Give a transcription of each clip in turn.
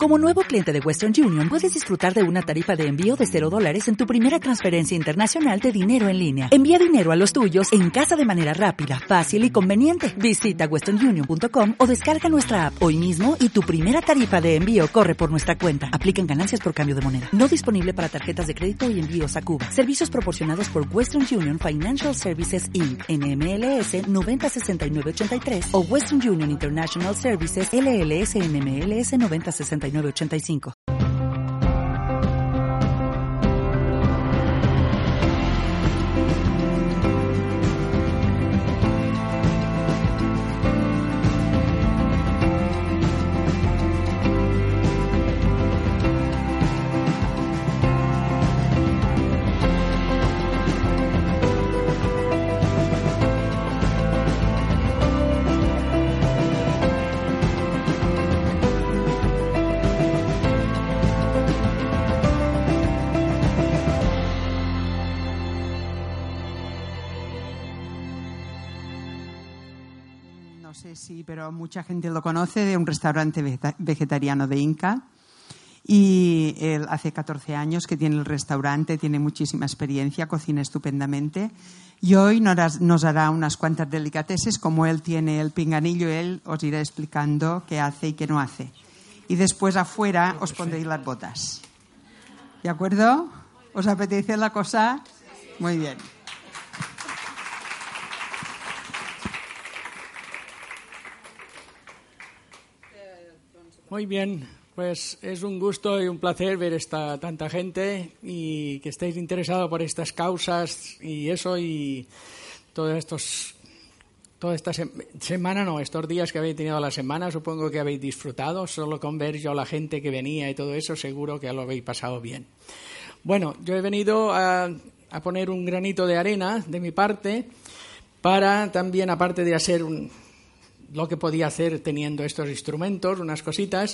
Como nuevo cliente de Western Union, puedes disfrutar de una tarifa de envío de $0 en tu primera transferencia internacional de dinero en línea. Envía dinero a los tuyos en casa de manera rápida, fácil y conveniente. Visita westernunion.com o descarga nuestra app hoy mismo y tu primera tarifa de envío corre por nuestra cuenta. Aplican ganancias por cambio de moneda. No disponible para tarjetas de crédito y envíos a Cuba. Servicios proporcionados por Western Union Financial Services Inc. NMLS 906983 o Western Union International Services LLS NMLS 906985. No sé si, pero mucha gente lo conoce, de un restaurante vegetariano de Inca. Y él hace 14 años que tiene el restaurante, tiene muchísima experiencia, cocina estupendamente. Y hoy nos hará unas cuantas delicatessen, como él tiene el pinganillo, él os irá explicando qué hace y qué no hace. Y después afuera os pondréis las botas. ¿De acuerdo? ¿Os apetece la cosa? Muy bien. Muy bien, pues es un gusto y un placer ver tanta gente y que estéis interesados por estas causas y eso, y toda esta semana, no, estos días que habéis tenido la semana, supongo que habéis disfrutado. Solo con ver yo la gente que venía y todo eso, seguro que lo habéis pasado bien. Bueno, yo he venido a poner un granito de arena de mi parte para también, aparte de hacer lo que podía hacer teniendo estos instrumentos, unas cositas,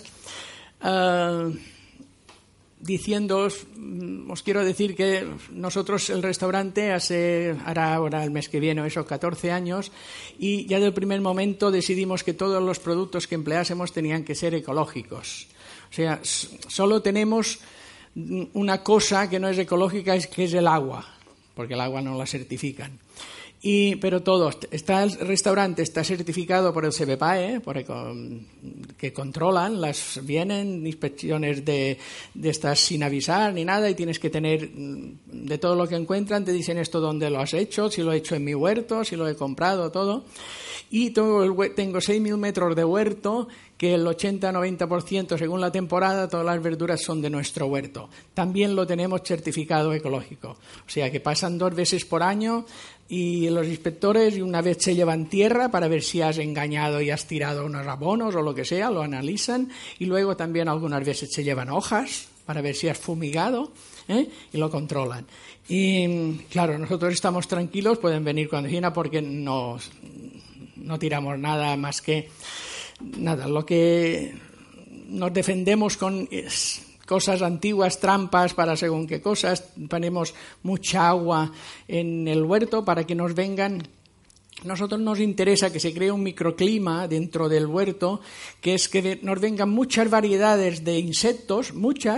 diciéndoos, os quiero decir que nosotros el restaurante hará ahora el mes que viene esos 14 años, y ya del primer momento decidimos que todos los productos que empleásemos tenían que ser ecológicos. O sea, solo tenemos una cosa que no es ecológica, que es el agua, porque el agua no la certifican. Pero todo, el restaurante está certificado por el CBPAE, que controlan, vienen inspecciones de estas sin avisar ni nada, y tienes que tener, de todo lo que encuentran, te dicen esto dónde lo has hecho, si lo he hecho en mi huerto, si lo he comprado, todo. Y tengo 6.000 metros de huerto, que el 80-90%, según la temporada, todas las verduras son de nuestro huerto. También lo tenemos certificado ecológico. O sea que pasan 2 veces por año y los inspectores, y una vez se llevan tierra para ver si has engañado y has tirado unos abonos o lo que sea, lo analizan, y luego también algunas veces se llevan hojas para ver si has fumigado, y lo controlan. Y claro, nosotros estamos tranquilos, pueden venir cuando quieran, porque no tiramos nada más que nada. Lo que nos defendemos con cosas antiguas, trampas para según qué cosas. Ponemos mucha agua en el huerto para que nos vengan. Nosotros nos interesa que se cree un microclima dentro del huerto, que es que nos vengan muchas variedades de insectos,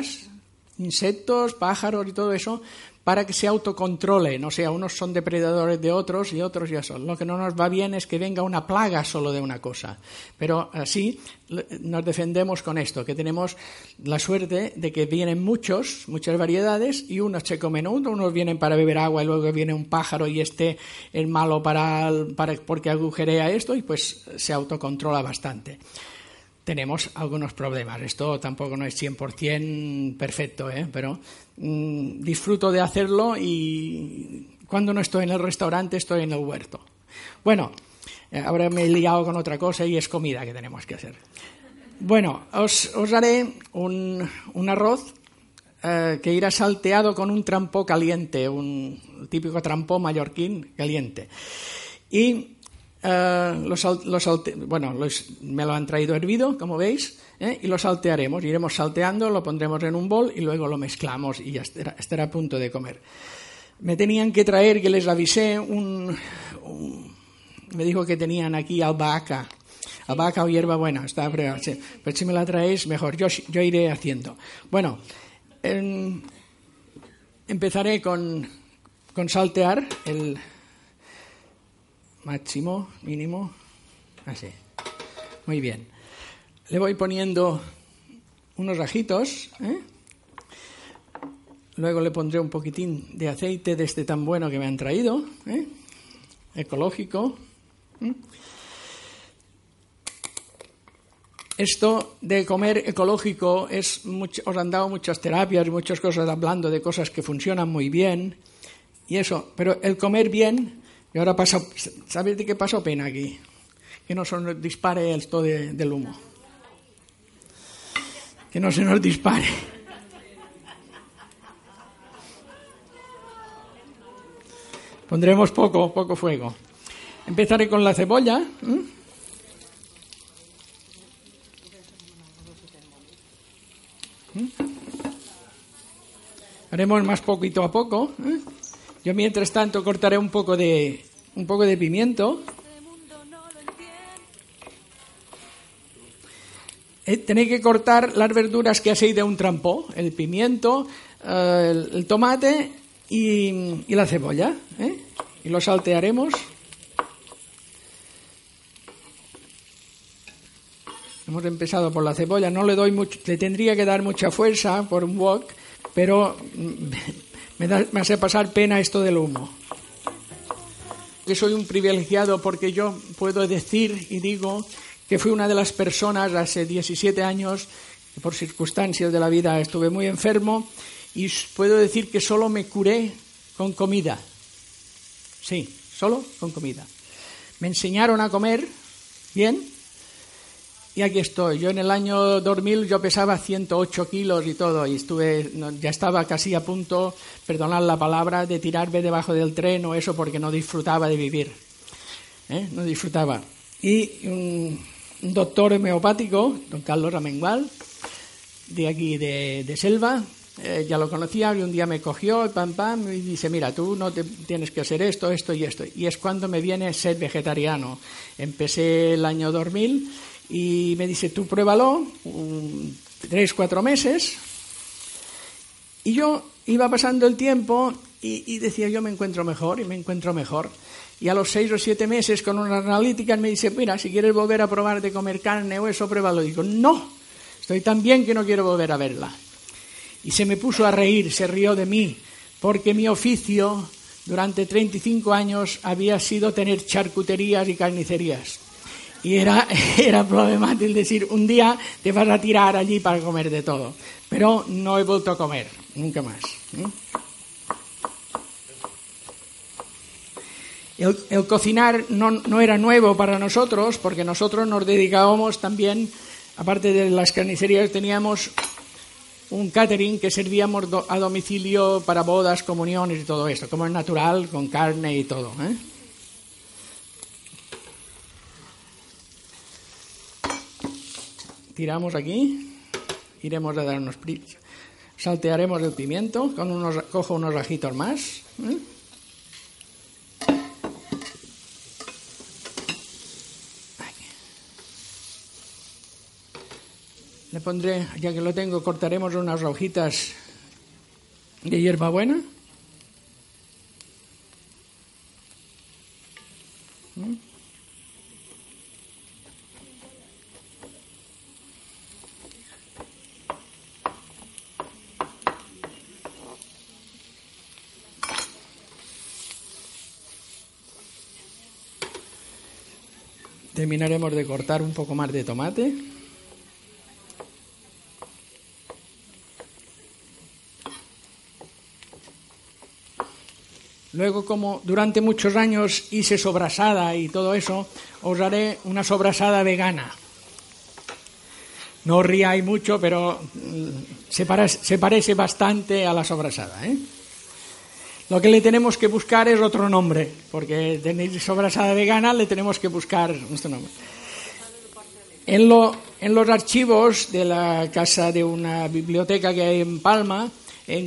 pájaros y todo eso, para que se autocontrolen. O sea, unos son depredadores de otros y otros ya son. Lo que no nos va bien es que venga una plaga solo de una cosa. Pero así nos defendemos con esto, que tenemos la suerte de que vienen muchas variedades, y unos se comen unos vienen para beber agua, y luego viene un pájaro y es malo porque agujerea esto, y pues se autocontrola bastante. Tenemos algunos problemas. Esto tampoco no es 100% perfecto, pero disfruto de hacerlo, y cuando no estoy en el restaurante estoy en el huerto. Bueno, ahora me he liado con otra cosa, y es comida que tenemos que hacer. Bueno, os haré un arroz que irá salteado con un trampó caliente, un típico trampó mallorquín caliente. Y me lo han traído hervido, como veis, y lo saltearemos. Iremos salteando, lo pondremos en un bol y luego lo mezclamos y ya estará a punto de comer. Me tenían que traer, que les avisé, me dijo que tenían aquí albahaca albahaca o hierbabuena, está fregada. Sí. Pues si me la traéis, mejor. Yo iré haciendo. Bueno, empezaré con saltear el máximo, mínimo, así. Muy bien. Le voy poniendo unos rajitos, Luego le pondré un poquitín de aceite de este tan bueno que me han traído, ecológico. Esto de comer ecológico os han dado muchas terapias y muchas cosas hablando de cosas que funcionan muy bien y eso, pero el comer bien, y ahora ¿sabéis de qué pasó pena aquí? Que no se nos dispare esto del humo. Que no se nos dispare. Pondremos poco fuego. Empezaré con la cebolla. Haremos más poquito a poco. Yo mientras tanto cortaré un poco de pimiento. Tenéis que cortar las verduras que hacéis de un trampó, el pimiento, el tomate y la cebolla, y lo saltearemos. Hemos empezado por la cebolla, no le doy mucho, le tendría que dar mucha fuerza por un wok, pero me hace pasar pena esto del humo. Que soy un privilegiado porque yo puedo decir y digo que fui una de las personas hace 17 años, que por circunstancias de la vida estuve muy enfermo, y puedo decir que solo me curé con comida. Sí, solo con comida. Me enseñaron a comer bien y aquí estoy. Yo en el año 2000 yo pesaba 108 kilos y todo, y ya estaba casi a punto, perdonad la palabra, de tirarme debajo del tren o eso porque no disfrutaba de vivir. No disfrutaba. Y un doctor homeopático, don Carlos Amengual, de aquí de Selva, ya lo conocía, y un día me cogió y dice, mira, tú no tienes que hacer esto y esto. Y es cuando me viene ser vegetariano. Empecé el año 2000 y me dice, tú pruébalo, 3-4 meses. Y yo iba pasando el tiempo y decía, yo me encuentro mejor. Y a los 6 o 7 meses con unas analíticas me dice, mira, si quieres volver a probar de comer carne o eso, pruébalo. Digo, no, estoy tan bien que no quiero volver a verla. Y se me puso a reír, se rió de mí, porque mi oficio durante 35 años había sido tener charcuterías y carnicerías. Y era problemático decir, un día te vas a tirar allí para comer de todo. Pero no he vuelto a comer, nunca más. El cocinar no era nuevo para nosotros, porque nosotros nos dedicábamos también, aparte de las carnicerías, teníamos un catering que servíamos a domicilio para bodas, comuniones y todo esto, como es natural, con carne y todo. Tiramos aquí, iremos a dar unos saltearemos el pimiento, cojo unos rajitos más. Le pondré, ya que lo tengo, cortaremos unas hojitas de hierbabuena. Terminaremos de cortar un poco más de tomate. Luego, como durante muchos años hice sobrasada y todo eso, os haré una sobrasada vegana. No os riáis mucho, pero se parece bastante a la sobrasada, Lo que le tenemos que buscar es otro nombre, porque tenéis sobrasada vegana, le tenemos que buscar nuestro nombre. En los archivos de la casa de una biblioteca que hay en Palma,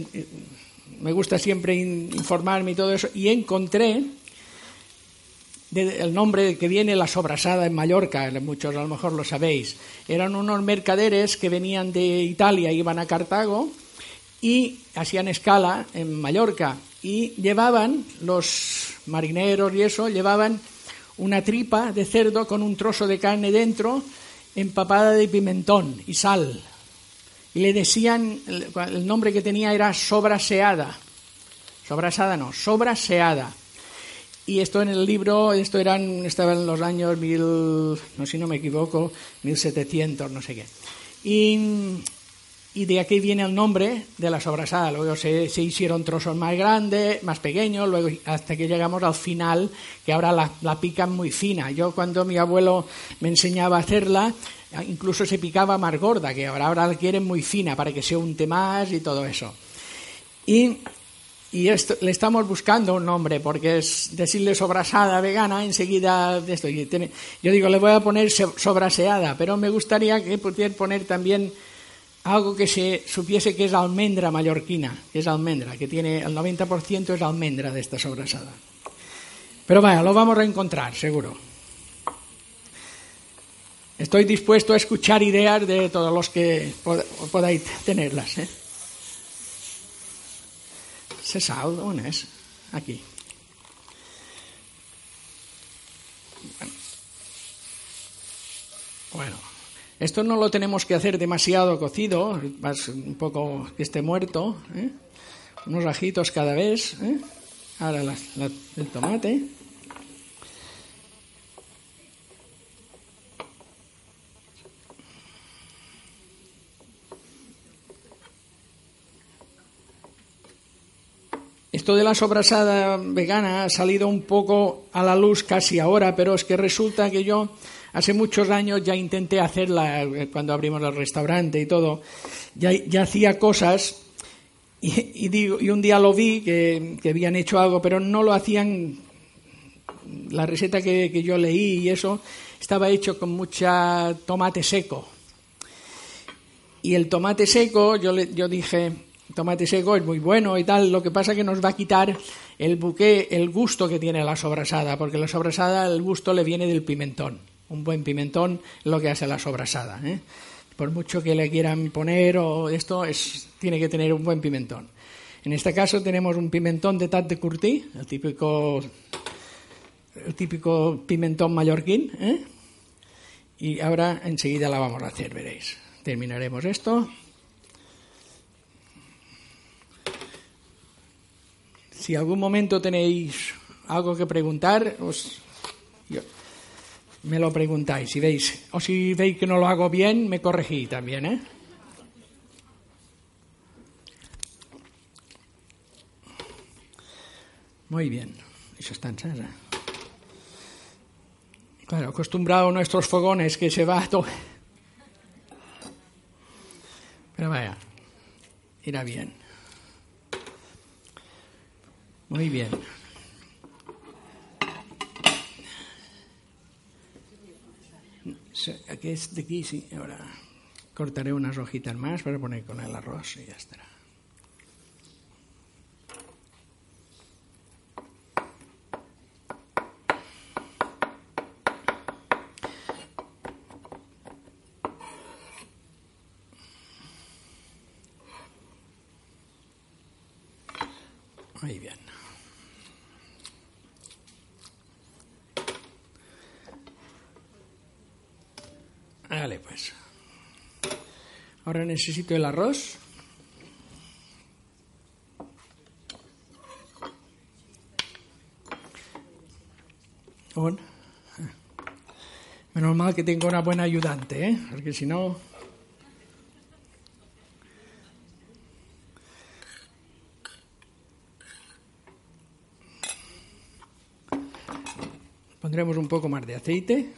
me gusta siempre informarme y todo eso, y encontré el nombre que viene la sobrasada en Mallorca, muchos a lo mejor lo sabéis. Eran unos mercaderes que venían de Italia, iban a Cartago y hacían escala en Mallorca y llevaban, los marineros y eso, llevaban una tripa de cerdo con un trozo de carne dentro empapada de pimentón y sal. Y le decían, el nombre que tenía era sobraseada. Sobrasada no, sobraseada. Y esto en el libro, estaba en los años si no me equivoco, 1700, no sé qué. Y de aquí viene el nombre de la sobrasada. Luego se hicieron trozos más grandes, más pequeños, luego hasta que llegamos al final, que ahora la pican muy fina. Yo cuando mi abuelo me enseñaba a hacerla, incluso se picaba más gorda, que ahora la quieren muy fina para que se unte más y todo eso. Y esto, le estamos buscando un nombre, porque es decirle sobrasada vegana, enseguida de esto. Yo digo, le voy a poner sobraseada, pero me gustaría que pudiera poner también algo que se supiese que es almendra mallorquina, que es almendra, que tiene el 90% es almendra de esta sobrasada. Pero vaya, lo vamos a encontrar, seguro. Estoy dispuesto a escuchar ideas de todos los que podáis tenerlas, ¿eh? ¿Se sal? ¿On es? Aquí. Bueno, esto no lo tenemos que hacer demasiado cocido, más un poco que esté muerto, ¿eh? Unos ajitos cada vez, ¿eh? Ahora el tomate. Esto de la sobrasada vegana ha salido un poco a la luz casi ahora, pero es que resulta que yo hace muchos años ya intenté hacerla cuando abrimos el restaurante y todo. Ya hacía cosas y un día lo vi que habían hecho algo, pero no lo hacían. La receta que yo leí y eso estaba hecho con mucha tomate seco. Y el tomate seco, yo dije, tomate seco es muy bueno y tal, lo que pasa es que nos va a quitar el gusto que tiene la sobrasada, porque la sobrasada el gusto le viene del pimentón. Un buen pimentón es lo que hace la sobrasada, ¿eh? Por mucho que le quieran poner o esto, tiene que tener un buen pimentón. En este caso tenemos un pimentón de tat de curtí, el típico pimentón mallorquín, ¿eh? Y ahora enseguida la vamos a hacer, veréis. Terminaremos esto. Si algún momento tenéis algo que preguntar, me lo preguntáis. Si veis, o si veis que no lo hago bien, me corregí también, ¿eh? Muy bien. Eso está en salsa. Claro, acostumbrado a nuestros fogones que se va todo. Pero vaya, irá bien. Muy bien. Aquí es de aquí, sí. Ahora cortaré unas hojitas más para poner con el arroz y ya estará. Muy bien. Vale, pues. Ahora necesito el arroz. Menos mal que tengo una buena ayudante, ¿eh? Porque si no... Pondremos un poco más de aceite.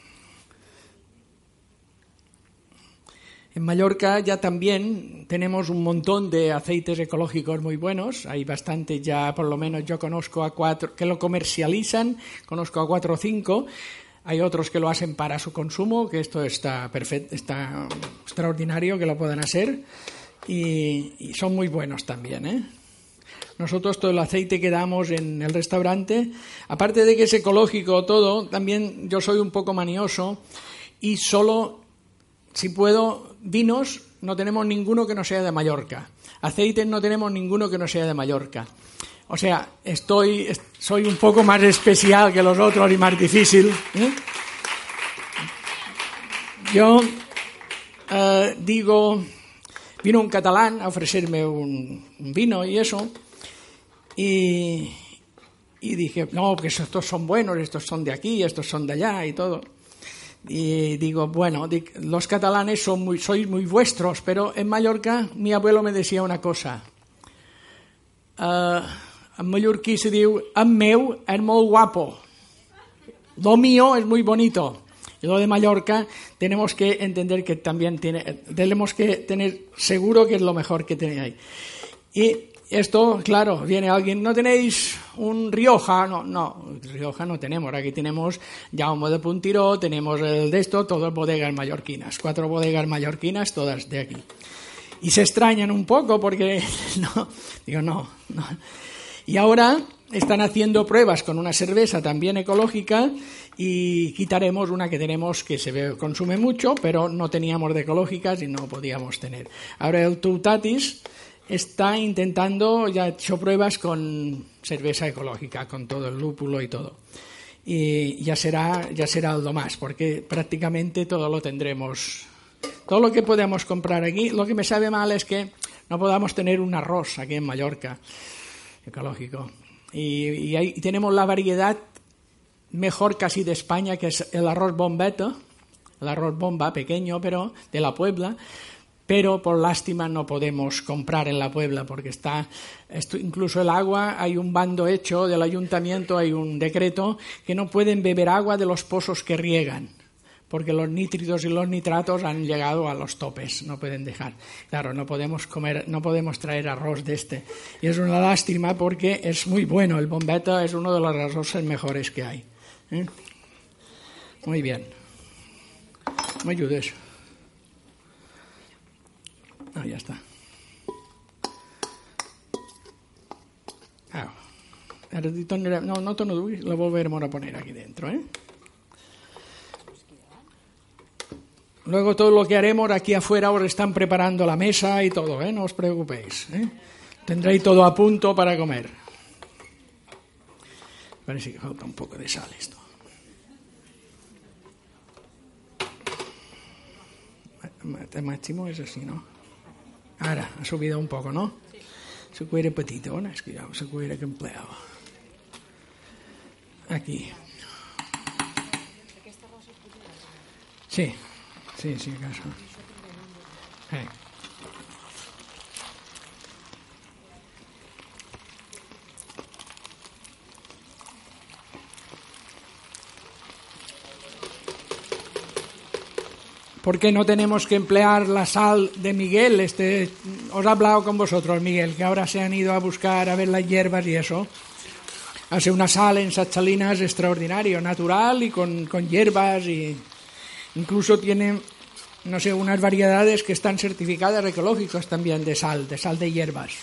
En Mallorca ya también tenemos un montón de aceites ecológicos muy buenos. Hay bastante ya, por lo menos yo conozco a 4 que lo comercializan, conozco a 4 o 5. Hay otros que lo hacen para su consumo, que esto está perfecto, está extraordinario que lo puedan hacer. Y son muy buenos también, ¿eh? Nosotros todo el aceite que damos en el restaurante, aparte de que es ecológico todo, también yo soy un poco manioso y solo, si puedo, vinos no tenemos ninguno que no sea de Mallorca. Aceites no tenemos ninguno que no sea de Mallorca. O sea, soy un poco más especial que los otros y más difícil, ¿eh? Yo digo, vino un catalán a ofrecerme un vino y eso, y dije, no, que estos son buenos, estos son de aquí, estos son de allá y todo. Y digo, bueno, los catalanes sois muy vuestros, pero en Mallorca mi abuelo me decía una cosa. En mallorquí se diu, en meu es molt guapo. Lo mío es muy bonito. Y lo de Mallorca tenemos que entender que también tenemos que tener seguro que es lo mejor que tenéis. Y esto, claro, viene alguien, ¿no tenéis un Rioja? No, Rioja no tenemos. Aquí tenemos Jaume de Puntiró, tenemos el de esto, todas bodegas mallorquinas. 4 bodegas mallorquinas, todas de aquí. Y se extrañan un poco porque, no. Y ahora están haciendo pruebas con una cerveza también ecológica y quitaremos una que tenemos que consume mucho, pero no teníamos de ecológicas y no podíamos tener. Ahora el Toutatis está intentando, ya ha hecho pruebas con cerveza ecológica, con todo el lúpulo y todo. Y ya será algo más, porque prácticamente todo lo tendremos. Todo lo que podemos comprar aquí, lo que me sabe mal es que no podamos tener un arroz aquí en Mallorca ecológico. Y ahí tenemos la variedad mejor casi de España, que es el arroz bombeto, el arroz bomba pequeño, pero de la Puebla, pero por lástima no podemos comprar en la Puebla porque incluso el agua, hay un bando hecho del ayuntamiento, hay un decreto que no pueden beber agua de los pozos que riegan, porque los nítridos y los nitratos han llegado a los topes, no pueden dejar. Claro, no podemos traer arroz de este. Y es una lástima porque es muy bueno, el bombeto es uno de los arroces mejores que hay. ¿Eh? Muy bien. ¿Me ayudes? Ah, ya está. No te lo volveremos a poner aquí dentro, ¿eh? Luego todo lo que haremos aquí afuera os están preparando la mesa y todo, ¿eh? No os preocupéis, ¿eh? Tendréis todo a punto para comer. Parece que falta un poco de sal esto. El máximo es así, ¿no? Ahora, ha subido un poco, ¿no? Se cuere petito, ¿no? Es que ya se cuere que empleado. Aquí. Sí, acaso. ¿Por qué no tenemos que emplear la sal de Miguel? Os he hablado con vosotros, Miguel, que ahora se han ido a buscar a ver las hierbas y eso. Hace una sal en Sachalinas extraordinario, natural y con hierbas y incluso tiene, no sé, unas variedades que están certificadas ecológicas también de sal de hierbas.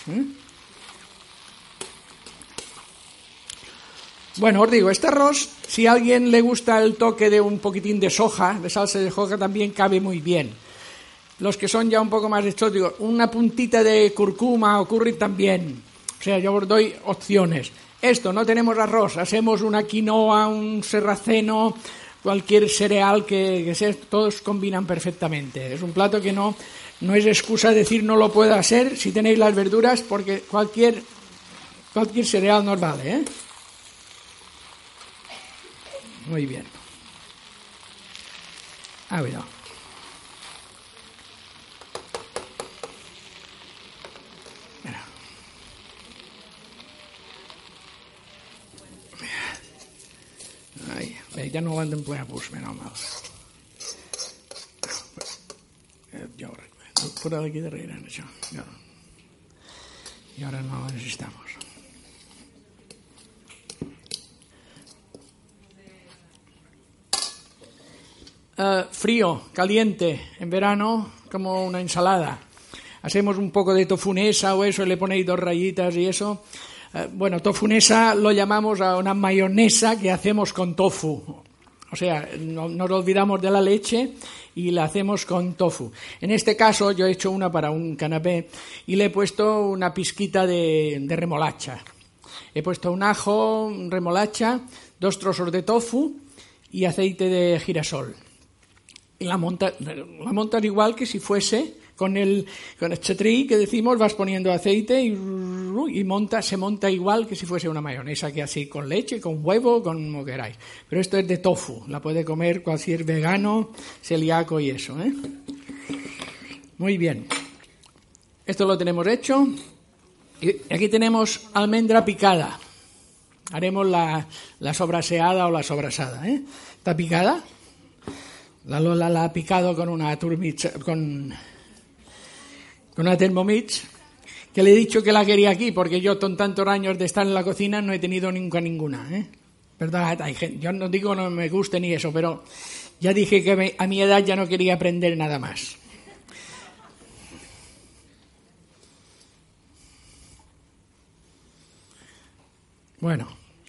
Bueno, os digo, este arroz, si a alguien le gusta el toque de un poquitín de soja, de salsa de soja, también cabe muy bien. Los que son ya un poco más exóticos, una puntita de curcuma o curry también. O sea, yo os doy opciones. Esto, no tenemos arroz, hacemos una quinoa, un sarraceno, cualquier cereal que sea, todos combinan perfectamente. Es un plato que no es excusa decir no lo puedo hacer si tenéis las verduras, porque cualquier cereal nos vale, ¿eh? Muy bien. Ah, mira. Ai, ja no l'han d'emplear pues, menos mal. Ja ho recuerdo. Por aquí darrere, això. Y ahora no lo necesitamos. Frío, caliente, en verano como una ensalada. hacemos un poco de tofunesa o eso, y le ponéis 2 rayitas y eso. Bueno, tofunesa lo llamamos a una mayonesa que hacemos con tofu. O sea, nos olvidamos de la leche y la hacemos con tofu. En este caso yo he hecho una para un canapé y le he puesto una pizquita de remolacha. He puesto un ajo, remolacha, 2 trozos de tofu y aceite de girasol. Y la montas igual que si fuese con el chatrí que decimos, vas poniendo aceite y se monta igual que si fuese una mayonesa, que así con leche, con huevo, con como queráis. Pero esto es de tofu, la puede comer cualquier vegano, celíaco y eso, ¿eh? Muy bien. Esto lo tenemos hecho. Y aquí tenemos almendra picada. Haremos la sobraseada o la sobrasada, ¿eh? ¿Está picada? La Lola la ha picado con una con una Thermomix, que le he dicho que la quería aquí, porque yo con tantos años de estar en la cocina no he tenido nunca ninguna, ¿eh? Verdad, yo no digo no me guste ni eso, pero ya dije que a mi edad ya no quería aprender nada más. Bueno,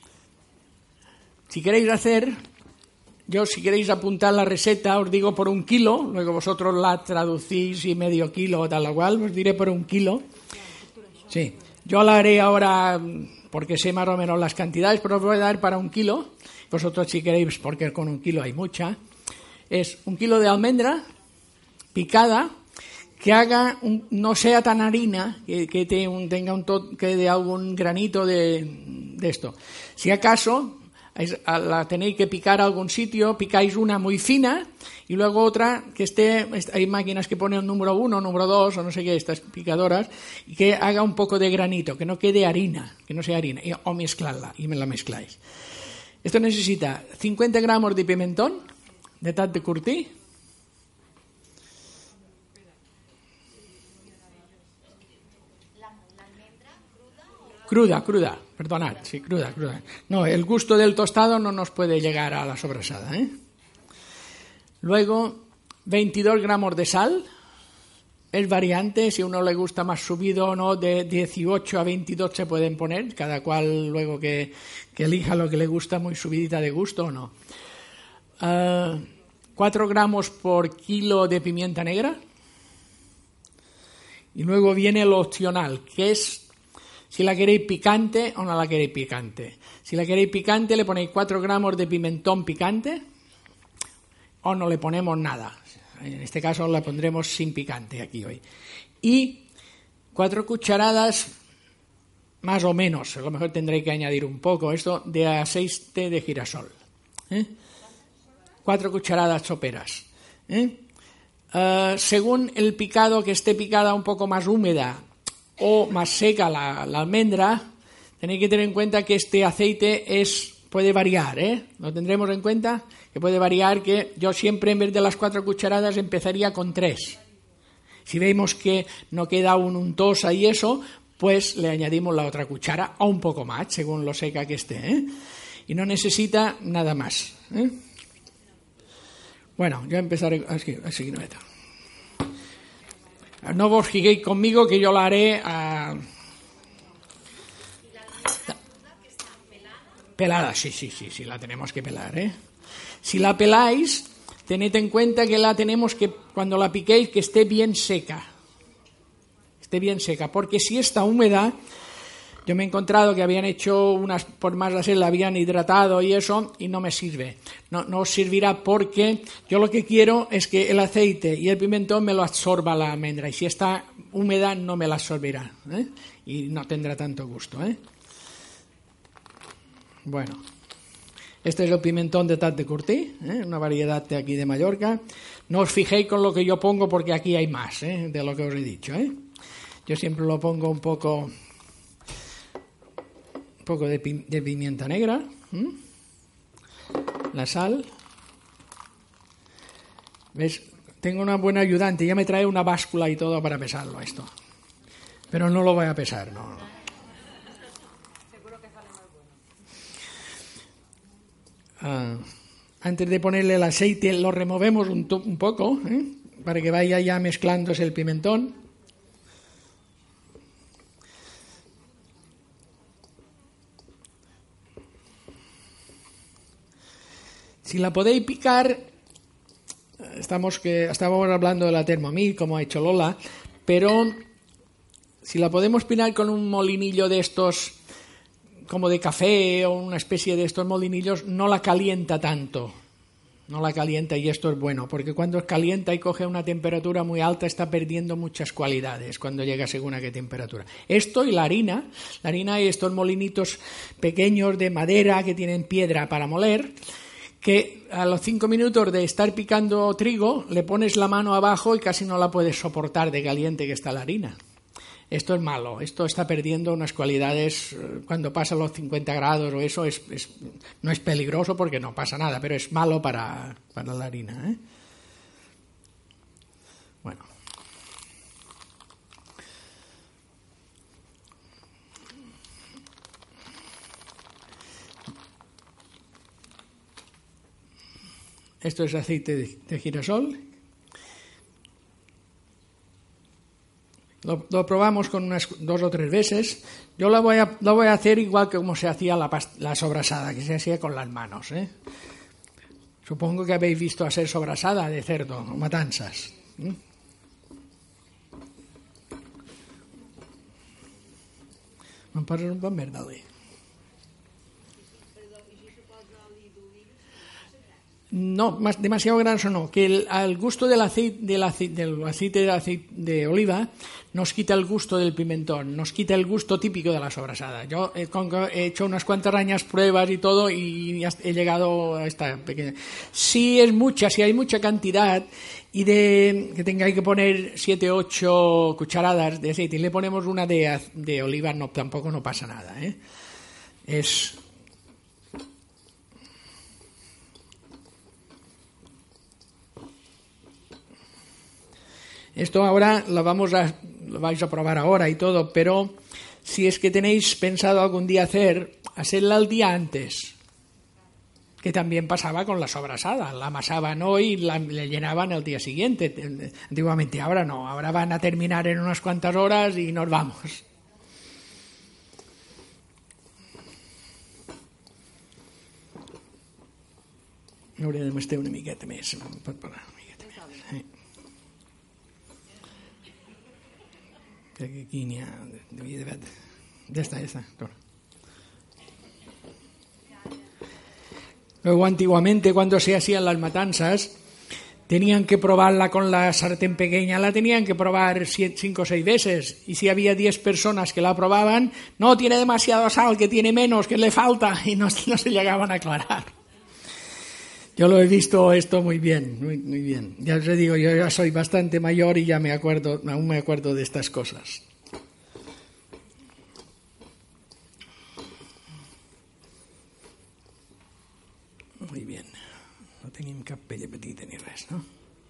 si queréis si queréis apuntar la receta, os digo por 1 kilo, luego vosotros la traducís y medio kilo o tal o cual, os diré por 1 kilo. Sí, yo la haré ahora porque sé más o menos las cantidades, pero os voy a dar para 1 kilo. Vosotros si queréis, porque con 1 kilo hay mucha. Es 1 kilo de almendra picada, que no sea tan harina, que tenga un toque de algún granito de esto. Si acaso la tenéis que picar a algún sitio, picáis una muy fina y luego otra que hay máquinas que ponen número 1, número 2 o no sé qué, estas picadoras, y que haga un poco de granito, que no quede harina, que no sea harina, o mezclarla y me la mezcláis. Esto necesita 50 gramos de pimentón de tat de curtí, Cruda, perdonad, sí, cruda. No, el gusto del tostado no nos puede llegar a la sobrasada, ¿eh? Luego, 22 gramos de sal. Es variante, si a uno le gusta más subido o no, de 18 a 22 se pueden poner, cada cual luego que elija lo que le gusta, muy subidita de gusto o no. 4 gramos por kilo de pimienta negra. Y luego viene lo opcional, que es si la queréis picante o no la queréis picante. Si la queréis picante, le ponéis 4 gramos de pimentón picante o no le ponemos nada. En este caso la pondremos sin picante aquí hoy. Y 4 cucharadas, más o menos, a lo mejor tendréis que añadir un poco esto, de aceite de girasol. 4 cucharadas soperas. Según el picado, que esté picada un poco más húmeda o más seca la almendra, tenéis que tener en cuenta que este aceite puede variar, ¿eh? Lo tendremos en cuenta, que puede variar, que yo siempre en vez de las 4 cucharadas empezaría con 3. Si vemos que no queda un untosa y eso, pues le añadimos la otra cuchara o un poco más, según lo seca que esté, ¿eh? Y no necesita nada más, ¿eh? Bueno, yo empezaré así no está. No vos fijéis conmigo que yo la haré pelada, sí, la tenemos que pelar, ¿eh? Si la peláis, tened en cuenta que la tenemos que, cuando la piquéis, que esté bien seca, porque si está húmeda, yo me he encontrado que habían hecho unas, por más de hacer, la habían hidratado y eso, y no me sirve. No os servirá, porque yo lo que quiero es que el aceite y el pimentón me lo absorba la almendra, y si está húmeda no me la absorbirá, ¿eh? Y no tendrá tanto gusto, ¿eh? Bueno, este es el pimentón de tat de curtí, ¿eh? Una variedad de aquí de Mallorca. No os fijéis con lo que yo pongo, porque aquí hay más, ¿eh? De lo que os he dicho, ¿eh? Yo siempre lo pongo un poco de pimienta negra, la sal. ¿Ves? Tengo una buena ayudante, ya me trae una báscula y todo para pesarlo esto, pero no lo voy a pesar, no. Seguro que sale más bueno. Antes de ponerle el aceite lo removemos un poco, para que vaya ya mezclándose el pimentón. Si la podéis picar, estábamos hablando de la Thermomix, como ha hecho Lola, pero si la podemos picar con un molinillo de estos, como de café o una especie de estos molinillos, no la calienta tanto. No la calienta, y esto es bueno, porque cuando calienta y coge una temperatura muy alta está perdiendo muchas cualidades cuando llega según a qué temperatura. Esto y la harina y estos molinitos pequeños de madera que tienen piedra para moler, que a los 5 minutos de estar picando trigo le pones la mano abajo y casi no la puedes soportar de caliente que está la harina. Esto es malo, esto está perdiendo unas cualidades cuando pasa los 50 grados o eso, no es peligroso porque no pasa nada, pero es malo para la harina, ¿eh? Bueno. Esto es aceite de girasol. Lo probamos con unas 2 o 3 veces. Yo lo voy a hacer igual que como se hacía la sobrasada, que se hacía con las manos, ¿eh? Supongo que habéis visto hacer sobrasada de cerdo o matanzas. Me'n poses un bon més d'oli. No, demasiado graso no, que el gusto del aceite de oliva nos quita el gusto del pimentón, nos quita el gusto típico de la sobrasada. Yo he hecho unas cuantas rañas pruebas y todo y he llegado a esta pequeña. Si hay mucha cantidad y que tengáis que poner 7 o 8 cucharadas de aceite y le ponemos una de oliva, tampoco no pasa nada, ¿eh? Esto ahora lo vais a probar ahora y todo, pero si es que tenéis pensado algún día hacerla el día antes, que también pasaba con la sobrasada, la amasaban hoy y le llenaban el día siguiente. Antiguamente, ahora no, ahora van a terminar en unas cuantas horas y nos vamos. Hauria de mestar una miqueta més, pot parlar una miqueta més. Sí. Aquí n'hi ha... Ya está. Luego, antiguamente, cuando se hacían las matanzas, tenían que probarla con la sartén pequeña, la tenían que probar 5 o 6 veces. Y si había 10 personas que la probaban, no, tiene demasiado sal, que tiene menos, que le falta, y no se llegaban a aclarar. Yo lo he visto esto muy bien, muy bien. Ya os digo, yo ya soy bastante mayor y aún me acuerdo de estas cosas. Muy bien. No tenim cap pella petita ni res, no?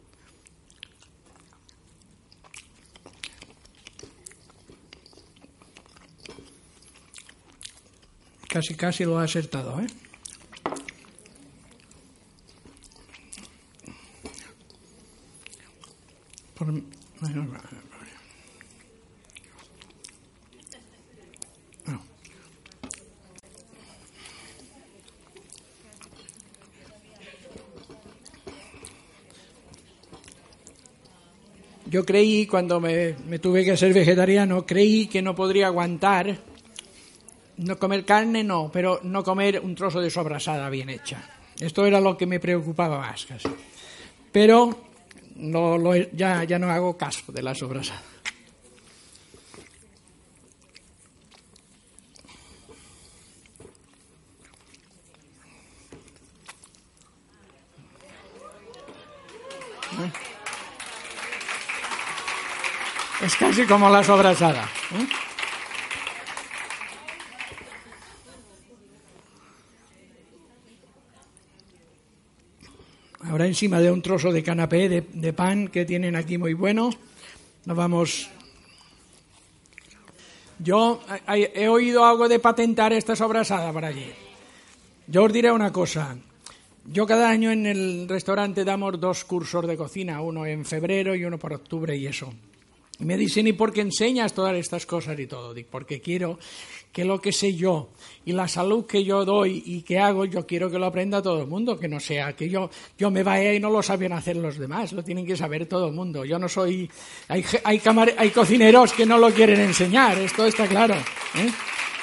Casi lo ha acertado, ¿eh? Yo creí, cuando me tuve que ser vegetariano, creí que no podría aguantar, no comer carne no, pero no comer un trozo de sobrasada bien hecha. Esto era lo que me preocupaba más casi. Pero ya no hago caso de la sobrasada. Es casi como la sobrasada, ¿eh? Ahora encima de un trozo de canapé de pan que tienen aquí muy bueno, nos vamos. Yo he oído algo de patentar esta sobrasada por allí. Yo os diré una cosa. Yo cada año en el restaurante damos 2 cursos de cocina, uno en febrero y uno por octubre y eso. Y me dicen, ¿y por qué enseñas todas estas cosas y todo? Digo, porque quiero que lo que sé yo y la salud que yo doy y que hago, yo quiero que lo aprenda todo el mundo, que no sea que yo me vaya y no lo saben hacer los demás, lo tienen que saber todo el mundo. Yo no soy... Hay cocineros que no lo quieren enseñar, esto está claro, ¿eh?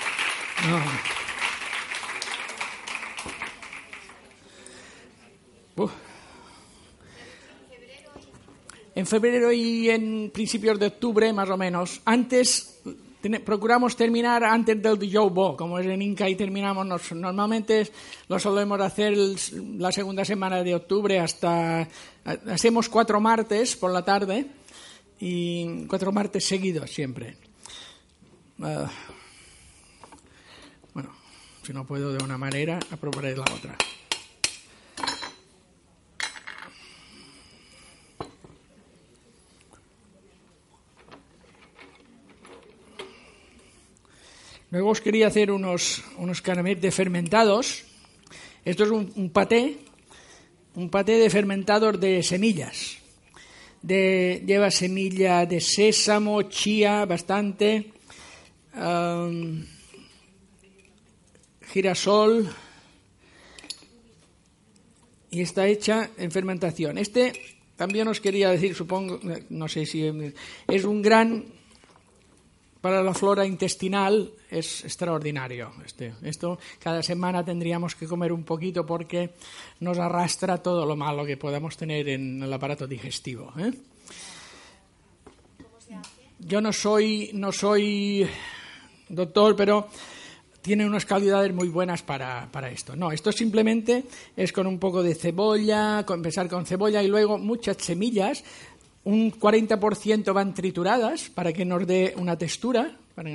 No. En febrero y en principios de octubre, más o menos. Antes, procuramos terminar antes del Dijous, como es en Inca, y terminamos. Normalmente lo solemos hacer la segunda semana de octubre hacemos 4 martes por la tarde, y 4 martes seguidos siempre. Bueno, si no puedo de una manera, aprobaré la otra. Luego os quería hacer unos caramelos fermentados. Esto es un paté de fermentados de semillas. Lleva semilla de sésamo, chía, bastante, girasol, y está hecha en fermentación. También os quería decir, supongo, no sé si es un gran... Para la flora intestinal es extraordinario. Esto cada semana tendríamos que comer un poquito porque nos arrastra todo lo malo que podamos tener en el aparato digestivo, ¿eh? ¿Cómo se hace? Yo no soy doctor, pero tiene unas calidades muy buenas para esto. No, esto simplemente es con un poco de cebolla, empezar con cebolla y luego muchas semillas. Un 40% van trituradas para que nos dé una textura,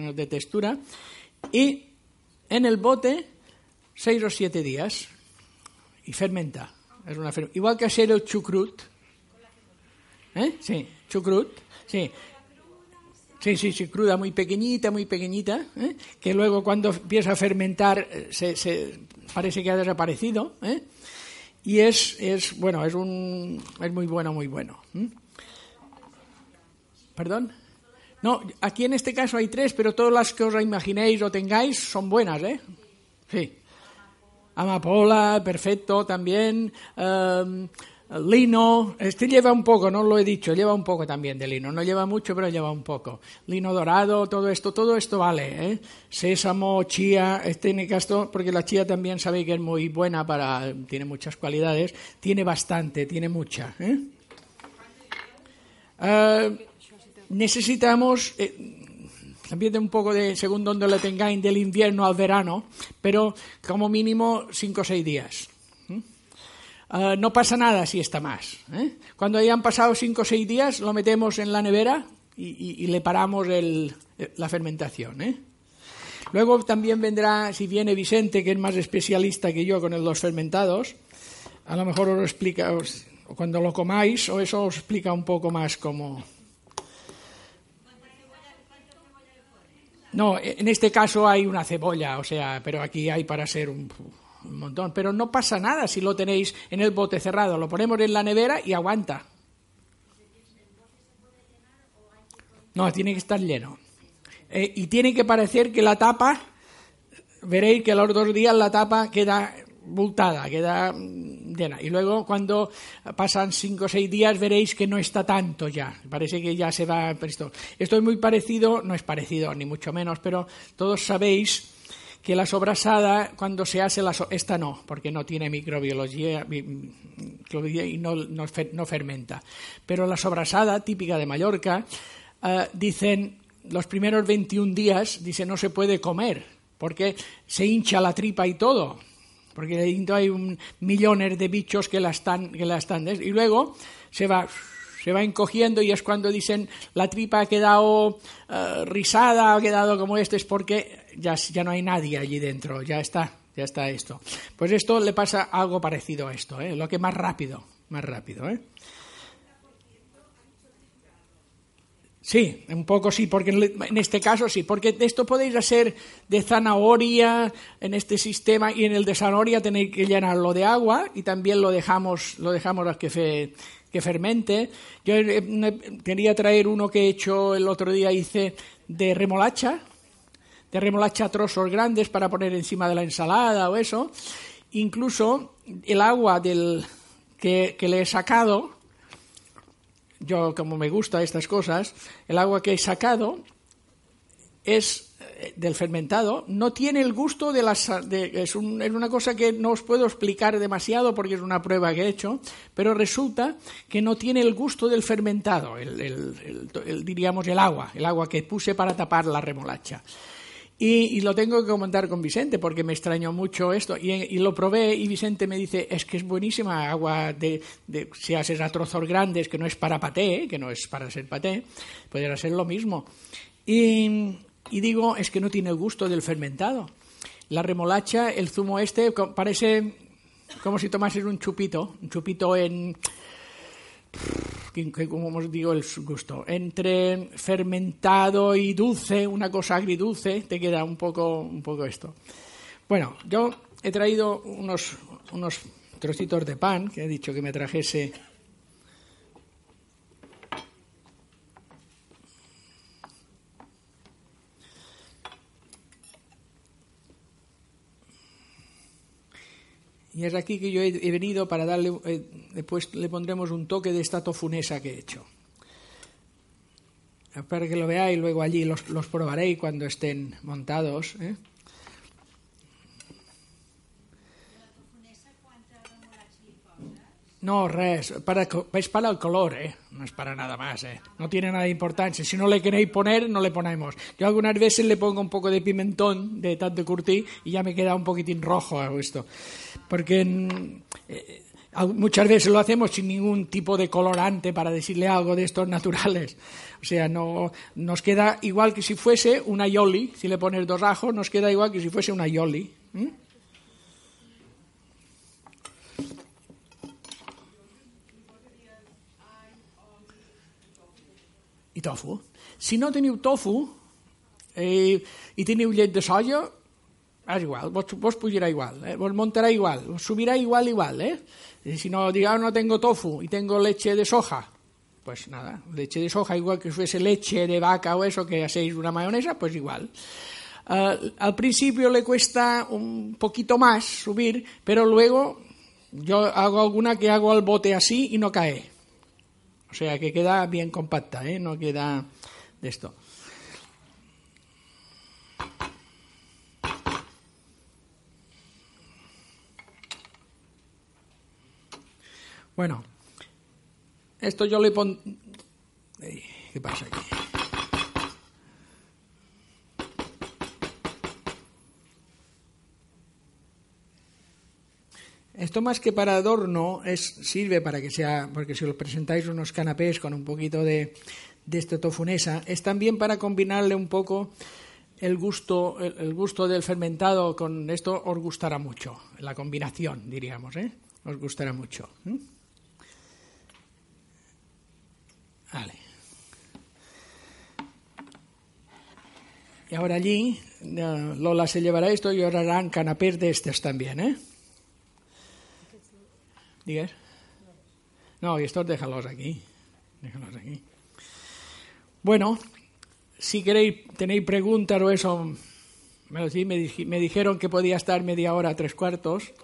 y en el bote 6 o 7 días y fermenta. Igual que hacer el chucrut. Sí, chucrut, sí. Sí, cruda, muy pequeñita, que luego cuando empieza a fermentar parece que ha desaparecido, y es muy bueno. ¿Perdón? No, aquí en este caso hay 3, pero todas las que os imaginéis o tengáis son buenas, ¿eh? Sí. Amapola, perfecto, también. Lino, lleva un poco, no lo he dicho, lleva un poco también de lino. No lleva mucho, pero lleva un poco. Lino dorado, todo esto vale, ¿eh? Sésamo, chía, porque la chía también sabéis que es muy buena tiene muchas cualidades, tiene mucha, ¿eh? Necesitamos también un poco según donde lo tengáis, del invierno al verano, pero como mínimo 5 o 6 días. No pasa nada si está más, ¿eh? Cuando hayan pasado 5 o 6 días lo metemos en la nevera y le paramos la fermentación, ¿eh? Luego también vendrá, si viene Vicente, que es más especialista que yo con los fermentados, a lo mejor os lo explica, cuando lo comáis, o eso os explica un poco más cómo... No, en este caso hay una cebolla, pero aquí hay para ser un montón. Pero no pasa nada si lo tenéis en el bote cerrado. Lo ponemos en la nevera y aguanta. No, tiene que estar lleno. Y tiene que parecer que la tapa, veréis que a los 2 días la tapa queda bultada, queda llena. Y luego cuando pasan 5 o 6 días veréis que no está tanto ya. Parece que ya se va... Esto es muy parecido, no es parecido ni mucho menos, pero todos sabéis que la sobrasada, cuando se hace esta no, porque no tiene microbiología y no fermenta. Pero la sobrasada, típica de Mallorca, dicen, los primeros 21 días, no se puede comer, porque se hincha la tripa y todo. Porque dentro hay millones de bichos que la están y luego se va encogiendo, y es cuando dicen la tripa ha quedado rizada, ha quedado como es porque ya no hay nadie allí dentro, ya está esto. Pues esto le pasa algo parecido a esto, lo que más rápido, Sí, un poco sí, porque en este caso sí, porque esto podéis hacer de zanahoria en este sistema, y en el de zanahoria tenéis que llenarlo de agua y también lo dejamos a que fermente. Yo quería traer uno que he hecho el otro día, hice de remolacha a trozos grandes para poner encima de la ensalada o eso. Incluso el agua que le he sacado, yo como me gusta estas cosas, el agua que he sacado es del fermentado, no tiene el gusto es una cosa que no os puedo explicar demasiado porque es una prueba que he hecho, pero resulta que no tiene el gusto del fermentado, diríamos el agua que puse para tapar la remolacha. Y lo tengo que comentar con Vicente porque me extrañó mucho esto, y lo probé, y Vicente me dice, es que es buenísima agua si haces a trozos grandes, que no es para paté, que no es para hacer paté, podría ser lo mismo. Y digo, es que no tiene el gusto del fermentado. La remolacha, el zumo parece como si tomases un chupito como os digo el gusto, entre fermentado y dulce, una cosa agridulce, te queda un poco esto. Bueno, yo he traído unos trocitos de pan, que he dicho que me trajese. Y es aquí que yo he venido para darle, después le pondremos un toque de esta tofunesa que he hecho. Para que lo veáis, luego allí los probaréis cuando estén montados. No, res, es para el color, no es para nada más, no tiene nada de importancia. Si no le queréis poner, no le ponemos. Yo algunas veces le pongo un poco de pimentón de tanto curtir y ya me queda un poquitín rojo esto, porque muchas veces lo hacemos sin ningún tipo de colorante para decirle algo de estos naturales. O sea, no nos queda igual que si fuese una aioli. Si le pones 2 ajos, nos queda igual que si fuese una aioli. I tofu. Si no teniu tofu i teniu llet de soja, és igual, vos pujarà igual, vos montarà igual, vos subirá igual. Si no, digamos, no tengo tofu y tengo leche de soja, pues nada, leche de soja, igual que fuese leche de vaca o eso, que hacéis una mayonesa, pues igual. Al principio le cuesta un poquito más subir, pero luego yo hago alguna que hago al bote así y no cae. O sea, que queda bien compacta, no queda de esto. Bueno, esto yo le pongo... ¿Qué pasa aquí? Esto más que para adorno sirve para que sea, porque si os presentáis unos canapés con un poquito de esta tofunesa, es también para combinarle un poco el gusto del fermentado con esto. Os gustará mucho, la combinación, diríamos, os gustará mucho. Vale. Y ahora allí Lola se llevará esto y ahora harán canapés de estos también, ¿Digas? No, y estos déjalos aquí. Bueno, si queréis, tenéis preguntas o eso, me dijeron que podía estar media hora, 3/4.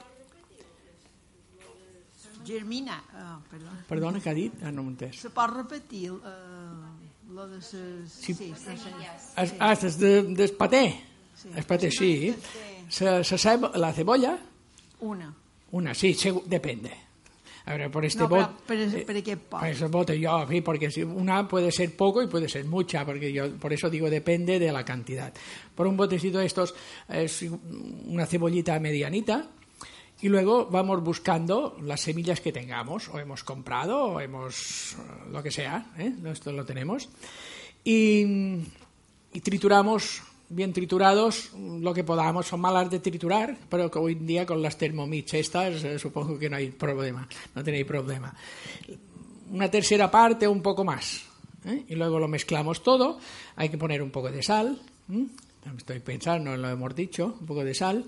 Germina, perdona. Perdona, què ha dit? No m'ho he entès. Se pot repetir lo de ses... Sí. Sí, del paté. Sí. El paté, sí. La cebolla? Una, sí, depende. A ver, por este bote... ¿Pero qué poco? Por ese bote yo, sí, porque una puede ser poco y puede ser mucha, porque yo por eso digo depende de la cantidad. Por un botecito de estos es una cebollita medianita, y luego vamos buscando las semillas que tengamos, o hemos comprado, o hemos... lo que sea, esto lo tenemos. Y trituramos... bien triturados, lo que podamos. Son malas de triturar, pero que hoy en día con las Thermomix estas supongo que no hay problema, no tenéis problema. Una tercera parte o un poco más, y luego lo mezclamos todo. Hay que poner un poco de sal, estoy pensando, lo hemos dicho, un poco de sal,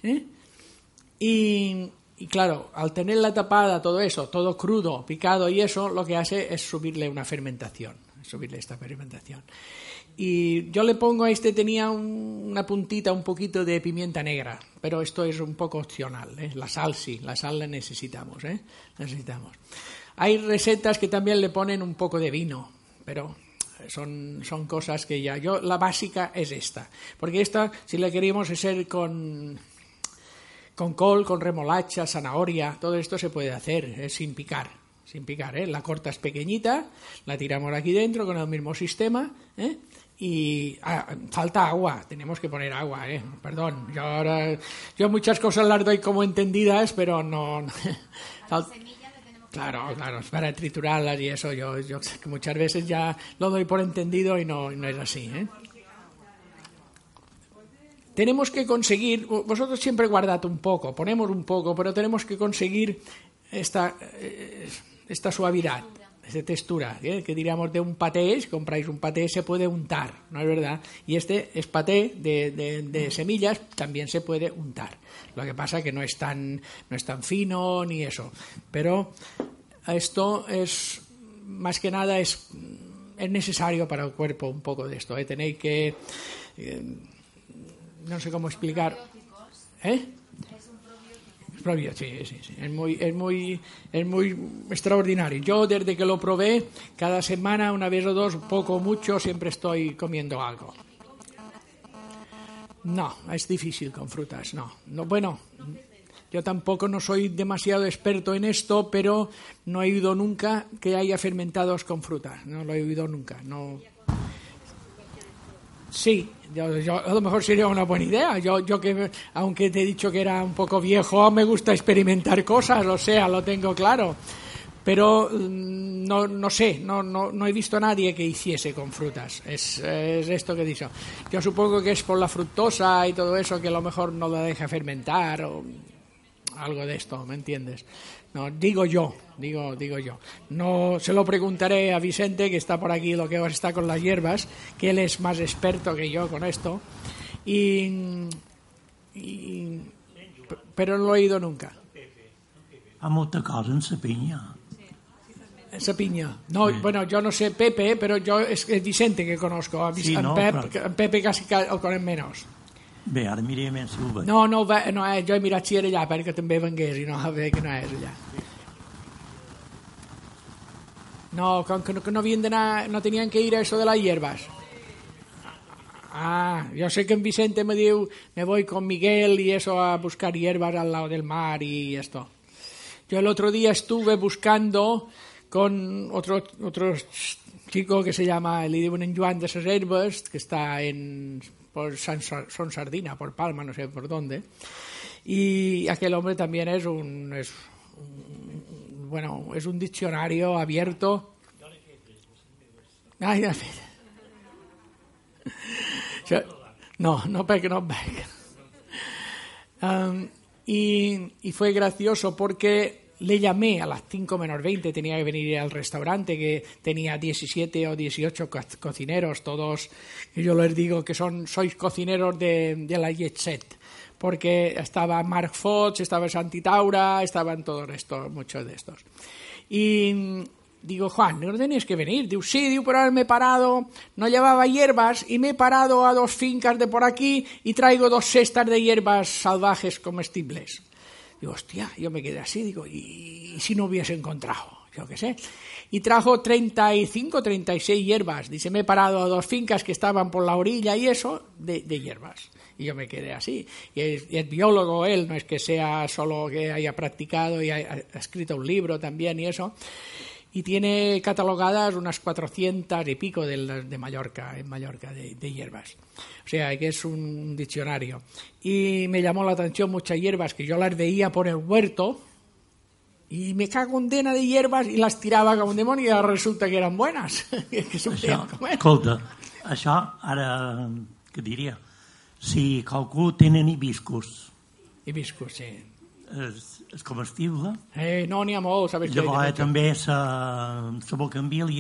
y claro, al tenerla tapada, todo eso, todo crudo, picado y eso, lo que hace es subirle esta fermentación. Y yo le pongo a este, tenía una puntita, un poquito de pimienta negra, pero esto es un poco opcional, La sal sí, la sal la necesitamos, Hay recetas que también le ponen un poco de vino, pero son cosas que la básica es esta, porque esta, si la queríamos hacer con col, con remolacha, zanahoria, todo esto se puede hacer sin picar, La cortas pequeñita, la tiramos aquí dentro con el mismo sistema, y falta agua, tenemos que poner agua, perdón, yo muchas cosas las doy como entendidas, pero no. Claro, es para triturarlas y eso, yo que muchas veces ya lo doy por entendido y no es así, Tenemos que conseguir, vosotros siempre guardad un poco, ponemos un poco, pero tenemos que conseguir esta suavidad, esta textura, que diríamos de un paté. Si compráis un paté se puede untar, ¿no es verdad? Y este es paté de semillas, también se puede untar. Lo que pasa es que no es tan fino ni eso. Pero esto es, más que nada, es necesario para el cuerpo un poco de esto. Tenéis que... no sé cómo explicar. Es un probiótico, sí. Es muy extraordinario. Yo desde que lo probé, cada semana, una vez o dos, poco o mucho, siempre estoy comiendo algo. No, es difícil con frutas, no. Bueno, yo tampoco no soy demasiado experto en esto, pero no he oído nunca que haya fermentados con frutas. No lo he oído nunca, no. Sí, yo a lo mejor sería una buena idea. Yo que, aunque te he dicho que era un poco viejo, me gusta experimentar cosas, lo tengo claro. Pero no sé, no he visto a nadie que hiciese con frutas. Es esto que he dicho. Yo supongo que es por la fructosa y todo eso, que a lo mejor no la deja fermentar o algo de esto, ¿me entiendes? No, digo yo. No se lo preguntaré a Vicente, que está por aquí, lo que ahora está con las hierbas, que él es más experto que yo con esto, pero no lo he oído nunca. Ha molta cosa en Sapinya. Sapinya. No, sí. Bueno, yo no sé Pepe, pero yo es Vicente que conozco. A Pepe casi el conec menos. Bé, ara mirem si ho veig. No, jo he mirat si era allà perquè també vengués i no veig que no és allà. No, con que no habían de nada, no tenían que ir a eso de las hierbas. Yo sé que en Vicente me dijo, me voy con Miguel y eso a buscar hierbas al lado del mar y esto. Yo el otro día estuve buscando con otro chico que se llama, le digo en Joan de las Herbes, que está por Son Sardina, por Palma, no sé por dónde. Y aquel hombre también es un diccionario abierto. No perquè no veig. Y fue gracioso porque le llamé a las 5 menos 20, tenía que venir al restaurante que tenía 17 o 18 cocineros, todos, que yo les digo que sois cocineros de la Jet Set, porque estaba Marc Fox, estaba Santi Taura, estaban todos estos, muchos de estos. Y digo, Juan, ¿no tenías que venir? Digo, sí, pero me he parado, no llevaba hierbas y me he parado a 2 fincas de por aquí y traigo 2 cestas de hierbas salvajes comestibles. Digo, hostia, yo me quedé así, digo, ¿y si no hubiese encontrado? Yo qué sé. Y trajo 35, 36 hierbas. Dice, me he parado a 2 fincas que estaban por la orilla y eso, de hierbas. Y yo me quedé así. Y es biólogo él, no es que sea solo que haya practicado y haya escrito un libro también y eso. Y tiene catalogadas unas 400 y pico de Mallorca, en Mallorca, de hierbas. O sea, que es un diccionario. Y me llamó la atención muchas hierbas que yo las veía por el huerto y me cago en dena de hierbas y las tirava com un demonio y ahora resulta que eran buenas. Que escolta, això ara, què diria? Si qualcú tenen hibiscus. Hibiscus, sí. És comestible. No, n'hi ha molt, sabes? Llavors també la bocambília,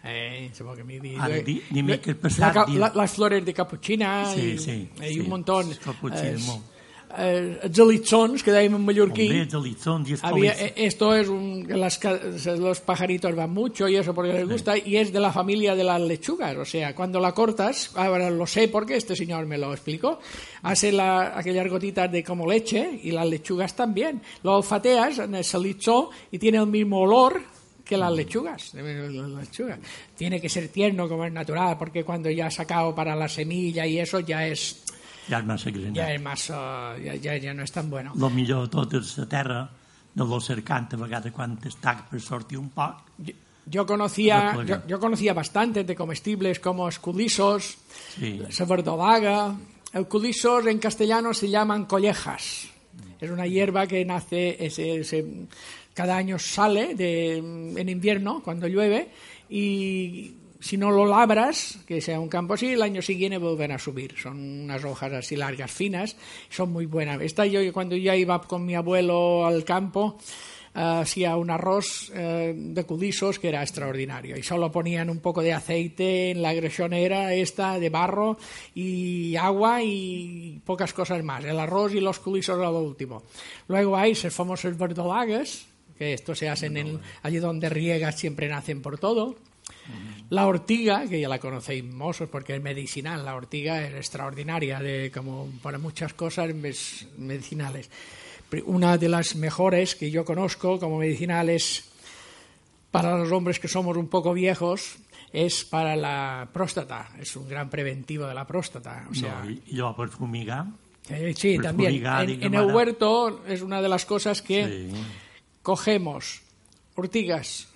Supongo que Ara, dime que el passat... las flores de capuchina sí, un montón. Capuchina, molt. Els alitzons, que dèiem en mallorquí. Hombre, els alitzons i els esto es los pajaritos van mucho y eso porque les gusta, y es de la familia de las lechugas. O sea, cuando la cortas, ahora lo sé porque este señor me lo explicó, hace aquellas gotitas de como leche, y las lechugas también. Lo olfateas en el alitzó y tiene el mismo olor que las lechugas. Tiene que ser tierno como es natural, porque cuando ya ha sacado para la semilla y eso ya es... Ja és massa gran. Ja és massa... Ja no és tan bueno. El millor de tot és la terra, de lo cercant, a vegades quan està per sortir un poc. Yo conocía bastantes de comestibles como esculisos, la verdolaga. El culisos en castellano se llaman collejas. Es una hierba que nace, cada año sale en invierno, cuando llueve, y... Si no lo labras, que sea un campo así, el año siguiente vuelven a subir. Son unas hojas así largas, finas, son muy buenas. Cuando yo iba con mi abuelo al campo, hacía un arroz de culisos que era extraordinario. Y solo ponían un poco de aceite en la grechonera esta de barro y agua y pocas cosas más. El arroz y los culisos era lo último. Luego hay esos famosos verdolagas, que esto se hacen allí donde riegas, siempre nacen por todo. La ortiga, que ya la conocéis mozos porque es medicinal, la ortiga es extraordinaria como para muchas cosas medicinales. Una de las mejores que yo conozco como medicinales para los hombres que somos un poco viejos es para la próstata, es un gran preventivo de la próstata. O sea, ¿Y yo por fumigar? Sí, también. En el huerto es una de las cosas que cogemos ortigas,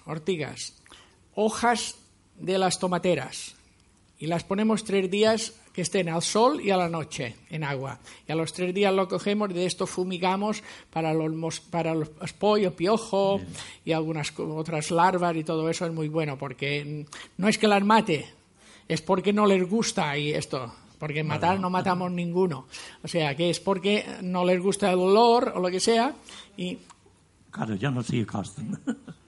hojas de las tomateras y las ponemos 3 días que estén al sol y a la noche en agua. Y a los 3 días lo cogemos, de esto fumigamos para los pollo, piojo y algunas otras larvas y todo eso es muy bueno porque no es que las mate, es porque no les gusta y esto. Porque matar no matamos ninguno. O sea, que es porque no les gusta el olor o lo que sea y... Claro, ya no sigue costan.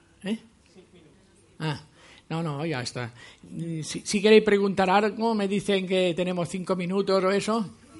No, ya está. Si queréis preguntar algo, me dicen que tenemos 5 minutos o eso.